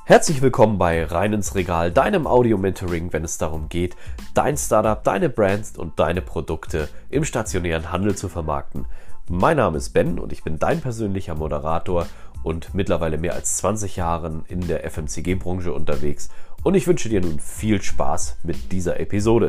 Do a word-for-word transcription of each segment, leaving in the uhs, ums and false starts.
Herzlich willkommen bei Rein ins Regal, deinem Audio-Mentoring, wenn es darum geht, dein Startup, deine Brands und deine Produkte im stationären Handel zu vermarkten. Mein Name ist Ben und ich bin dein persönlicher Moderator und mittlerweile mehr als zwanzig Jahren in der F M C G-Branche unterwegs. Und ich wünsche dir nun viel Spaß mit dieser Episode.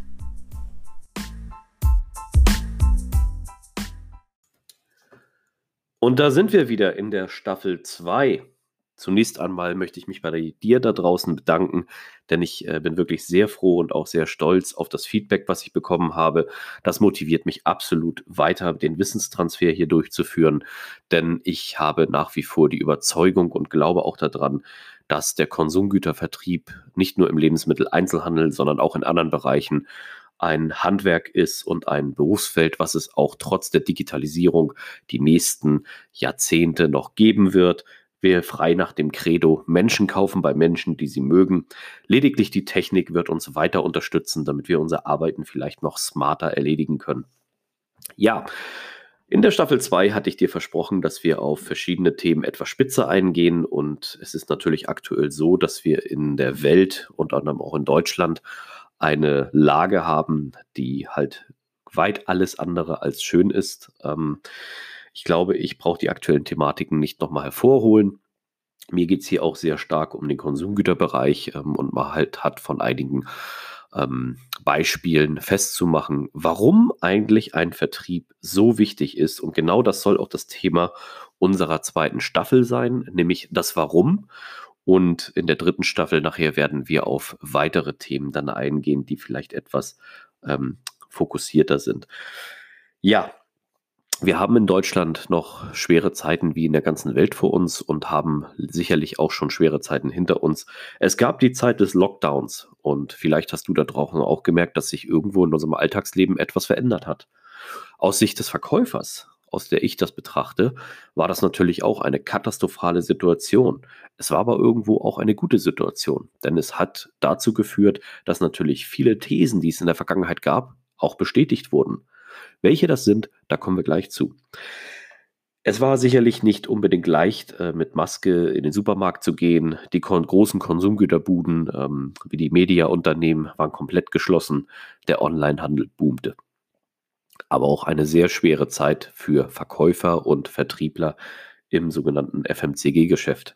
Und da sind wir wieder in der Staffel zwei. Zunächst einmal möchte ich mich bei dir da draußen bedanken, denn ich äh, bin wirklich sehr froh und auch sehr stolz auf das Feedback, was ich bekommen habe. Das motiviert mich absolut weiter, den Wissenstransfer hier durchzuführen, denn ich habe nach wie vor die Überzeugung und glaube auch daran, dass der Konsumgütervertrieb nicht nur im Lebensmitteleinzelhandel, sondern auch in anderen Bereichen ein Handwerk ist und ein Berufsfeld, was es auch trotz der Digitalisierung die nächsten Jahrzehnte noch geben wird. Wir frei nach dem Credo Menschen kaufen bei Menschen, die sie mögen. Lediglich die Technik wird uns weiter unterstützen, damit wir unsere Arbeiten vielleicht noch smarter erledigen können. Ja, in der Staffel zwei hatte ich dir versprochen, dass wir auf verschiedene Themen etwas spitzer eingehen, und es ist natürlich aktuell so, dass wir in der Welt und auch in Deutschland eine Lage haben, die halt weit alles andere als schön ist. Ähm, ich glaube, ich brauche die aktuellen Thematiken nicht nochmal hervorholen. Mir geht es hier auch sehr stark um den Konsumgüterbereich, ähm, und man halt hat von einigen ähm, Beispielen festzumachen, warum eigentlich ein Vertrieb so wichtig ist. Und genau das soll auch das Thema unserer zweiten Staffel sein, nämlich das Warum. Und in der dritten Staffel nachher werden wir auf weitere Themen dann eingehen, die vielleicht etwas ähm, fokussierter sind. Ja, wir haben in Deutschland noch schwere Zeiten wie in der ganzen Welt vor uns und haben sicherlich auch schon schwere Zeiten hinter uns. Es gab die Zeit des Lockdowns und vielleicht hast du da draußen auch gemerkt, dass sich irgendwo in unserem Alltagsleben etwas verändert hat. Aus Sicht des Verkäufers, aus der ich das betrachte, war das natürlich auch eine katastrophale Situation. Es war aber irgendwo auch eine gute Situation, denn es hat dazu geführt, dass natürlich viele Thesen, die es in der Vergangenheit gab, auch bestätigt wurden. Welche das sind, da kommen wir gleich zu. Es war sicherlich nicht unbedingt leicht, äh, mit Maske in den Supermarkt zu gehen. Die kon- großen Konsumgüterbuden, ähm, wie die Mediaunternehmen, waren komplett geschlossen. Der Onlinehandel boomte. Aber auch eine sehr schwere Zeit für Verkäufer und Vertriebler im sogenannten F M C G-Geschäft.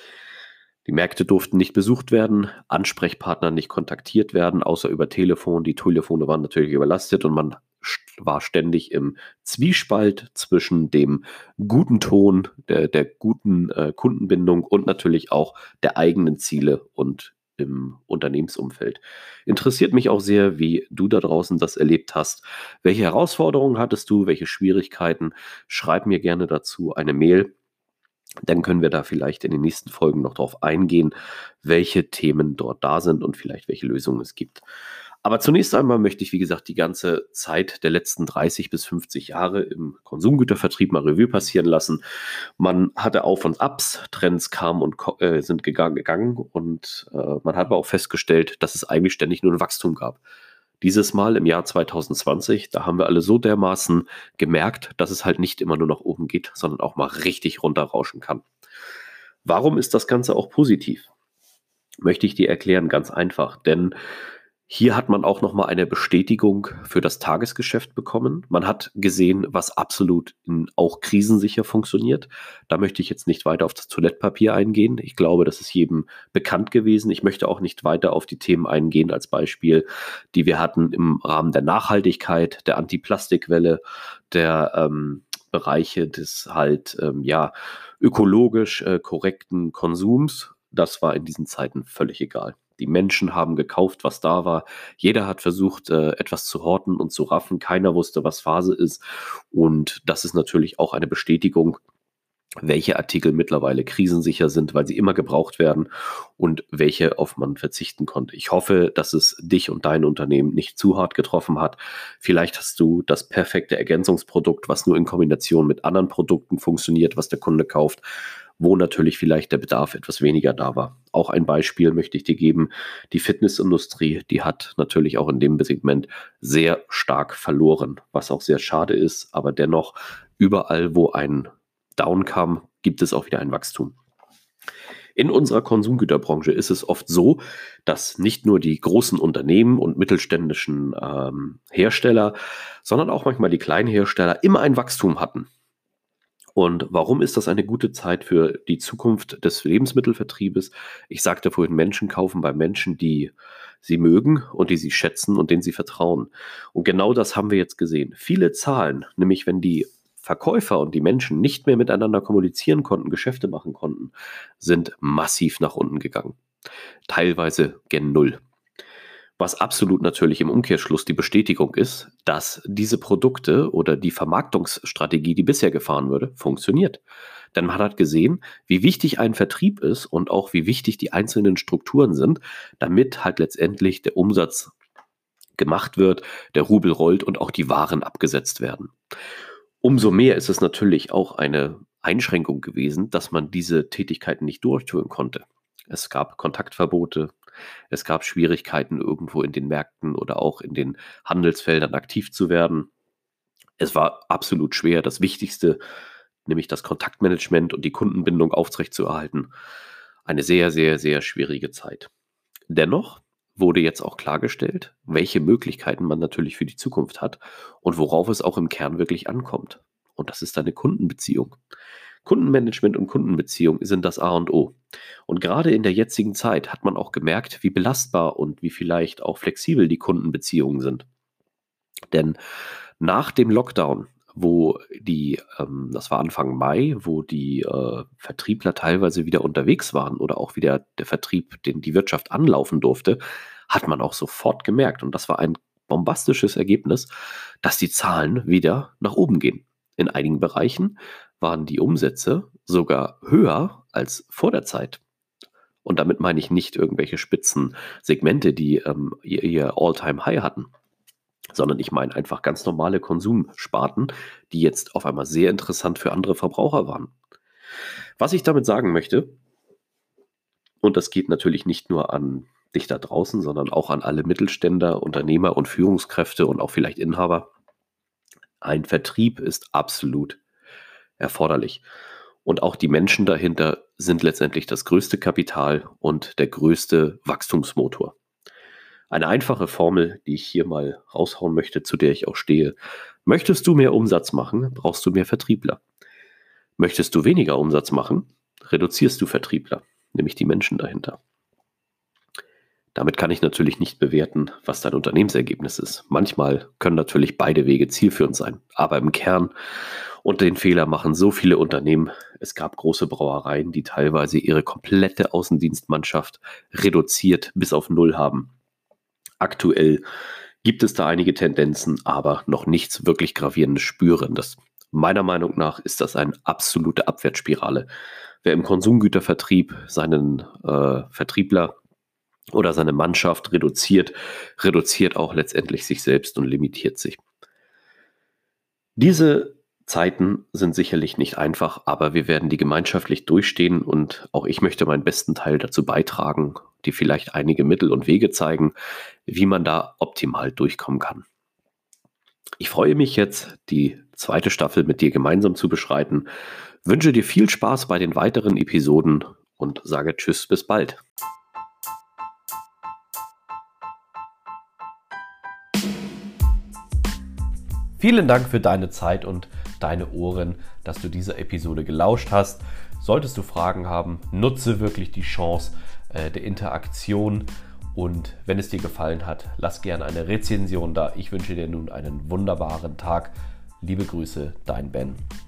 Die Märkte durften nicht besucht werden, Ansprechpartner nicht kontaktiert werden, außer über Telefon. Die Telefone waren natürlich überlastet und man war ständig im Zwiespalt zwischen dem guten Ton, der, der guten äh, Kundenbindung und natürlich auch der eigenen Ziele und im Unternehmensumfeld. Interessiert mich auch sehr, wie du da draußen das erlebt hast. Welche Herausforderungen hattest du? Welche Schwierigkeiten? Schreib mir gerne dazu eine Mail. Dann können wir da vielleicht in den nächsten Folgen noch drauf eingehen, welche Themen dort da sind und vielleicht welche Lösungen es gibt. Aber zunächst einmal möchte ich, wie gesagt, die ganze Zeit der letzten dreißig bis fünfzig Jahre im Konsumgütervertrieb mal Revue passieren lassen. Man hatte Auf und Abs, Trends kamen und äh, sind gegangen, gegangen und äh, man hat aber auch festgestellt, dass es eigentlich ständig nur ein Wachstum gab. Dieses Mal im Jahr zwanzig zwanzig, da haben wir alle so dermaßen gemerkt, dass es halt nicht immer nur nach oben geht, sondern auch mal richtig runterrauschen kann. Warum ist das Ganze auch positiv? Möchte ich dir erklären, ganz einfach, denn hier hat man auch nochmal eine Bestätigung für das Tagesgeschäft bekommen. Man hat gesehen, was absolut in, auch krisensicher funktioniert. Da möchte ich jetzt nicht weiter auf das Toilettpapier eingehen. Ich glaube, das ist jedem bekannt gewesen. Ich möchte auch nicht weiter auf die Themen eingehen, als Beispiel, die wir hatten im Rahmen der Nachhaltigkeit, der Antiplastikwelle, der ähm, Bereiche des halt ähm, ja ökologisch äh, korrekten Konsums. Das war in diesen Zeiten völlig egal. Die Menschen haben gekauft, was da war. Jeder hat versucht, äh, etwas zu horten und zu raffen. Keiner wusste, was Phase ist. Und das ist natürlich auch eine Bestätigung, welche Artikel mittlerweile krisensicher sind, weil sie immer gebraucht werden und welche auf man verzichten konnte. Ich hoffe, dass es dich und dein Unternehmen nicht zu hart getroffen hat. Vielleicht hast du das perfekte Ergänzungsprodukt, was nur in Kombination mit anderen Produkten funktioniert, was der Kunde kauft, wo natürlich vielleicht der Bedarf etwas weniger da war. Auch ein Beispiel möchte ich dir geben. Die Fitnessindustrie, die hat natürlich auch in dem Segment sehr stark verloren, was auch sehr schade ist, aber dennoch überall, wo ein Down kam, gibt es auch wieder ein Wachstum. In unserer Konsumgüterbranche ist es oft so, dass nicht nur die großen Unternehmen und mittelständischen ähm, Hersteller, sondern auch manchmal die kleinen Hersteller immer ein Wachstum hatten. Und warum ist das eine gute Zeit für die Zukunft des Lebensmittelvertriebes? Ich sagte vorhin, Menschen kaufen bei Menschen, die sie mögen und die sie schätzen und denen sie vertrauen. Und genau das haben wir jetzt gesehen. Viele Zahlen, nämlich wenn die Verkäufer und die Menschen nicht mehr miteinander kommunizieren konnten, Geschäfte machen konnten, sind massiv nach unten gegangen. Teilweise gen Null. Was absolut natürlich im Umkehrschluss die Bestätigung ist, dass diese Produkte oder die Vermarktungsstrategie, die bisher gefahren wurde, funktioniert. Denn man hat gesehen, wie wichtig ein Vertrieb ist und auch wie wichtig die einzelnen Strukturen sind, damit halt letztendlich der Umsatz gemacht wird, der Rubel rollt und auch die Waren abgesetzt werden. Umso mehr ist es natürlich auch eine Einschränkung gewesen, dass man diese Tätigkeiten nicht durchführen konnte. Es gab Kontaktverbote, es gab Schwierigkeiten, irgendwo in den Märkten oder auch in den Handelsfeldern aktiv zu werden. Es war absolut schwer, das Wichtigste, nämlich das Kontaktmanagement und die Kundenbindung aufrechtzuerhalten. Eine sehr, sehr, sehr schwierige Zeit. Dennoch wurde jetzt auch klargestellt, welche Möglichkeiten man natürlich für die Zukunft hat und worauf es auch im Kern wirklich ankommt. Und das ist eine Kundenbeziehung. Kundenmanagement und Kundenbeziehung sind das A und O. Und gerade in der jetzigen Zeit hat man auch gemerkt, wie belastbar und wie vielleicht auch flexibel die Kundenbeziehungen sind. Denn nach dem Lockdown, wo die, ähm, das war Anfang Mai, wo die äh, Vertriebler teilweise wieder unterwegs waren oder auch wieder der Vertrieb, den die Wirtschaft anlaufen durfte, hat man auch sofort gemerkt, und das war ein bombastisches Ergebnis, dass die Zahlen wieder nach oben gehen. In einigen Bereichen waren die Umsätze sogar höher als vor der Zeit. Und damit meine ich nicht irgendwelche Spitzensegmente, die ähm, ihr, ihr All-Time-High hatten, sondern ich meine einfach ganz normale Konsumsparten, die jetzt auf einmal sehr interessant für andere Verbraucher waren. Was ich damit sagen möchte, und das geht natürlich nicht nur an dich da draußen, sondern auch an alle Mittelständler, Unternehmer und Führungskräfte und auch vielleicht Inhaber, ein Vertrieb ist absolut erforderlich. Und auch die Menschen dahinter sind letztendlich das größte Kapital und der größte Wachstumsmotor. Eine einfache Formel, die ich hier mal raushauen möchte, zu der ich auch stehe. Möchtest du mehr Umsatz machen, brauchst du mehr Vertriebler. Möchtest du weniger Umsatz machen, reduzierst du Vertriebler, nämlich die Menschen dahinter. Damit kann ich natürlich nicht bewerten, was dein Unternehmensergebnis ist. Manchmal können natürlich beide Wege zielführend sein, aber im Kern, und den Fehler machen so viele Unternehmen, es gab große Brauereien, die teilweise ihre komplette Außendienstmannschaft reduziert bis auf Null haben. Aktuell gibt es da einige Tendenzen, aber noch nichts wirklich Gravierendes spüren. Das, meiner Meinung nach ist das eine absolute Abwärtsspirale. Wer im Konsumgütervertrieb seinen äh, Vertriebler oder seine Mannschaft reduziert, reduziert auch letztendlich sich selbst und limitiert sich. Diese Zeiten sind sicherlich nicht einfach, aber wir werden die gemeinschaftlich durchstehen und auch ich möchte meinen besten Teil dazu beitragen, die vielleicht einige Mittel und Wege zeigen, wie man da optimal durchkommen kann. Ich freue mich jetzt, die zweite Staffel mit dir gemeinsam zu beschreiten, wünsche dir viel Spaß bei den weiteren Episoden und sage Tschüss, bis bald. Vielen Dank für deine Zeit und deine Ohren, dass du dieser Episode gelauscht hast. Solltest du Fragen haben, nutze wirklich die Chance äh, der Interaktion. Und wenn es dir gefallen hat, lass gerne eine Rezension da. Ich wünsche dir nun einen wunderbaren Tag. Liebe Grüße, dein Ben.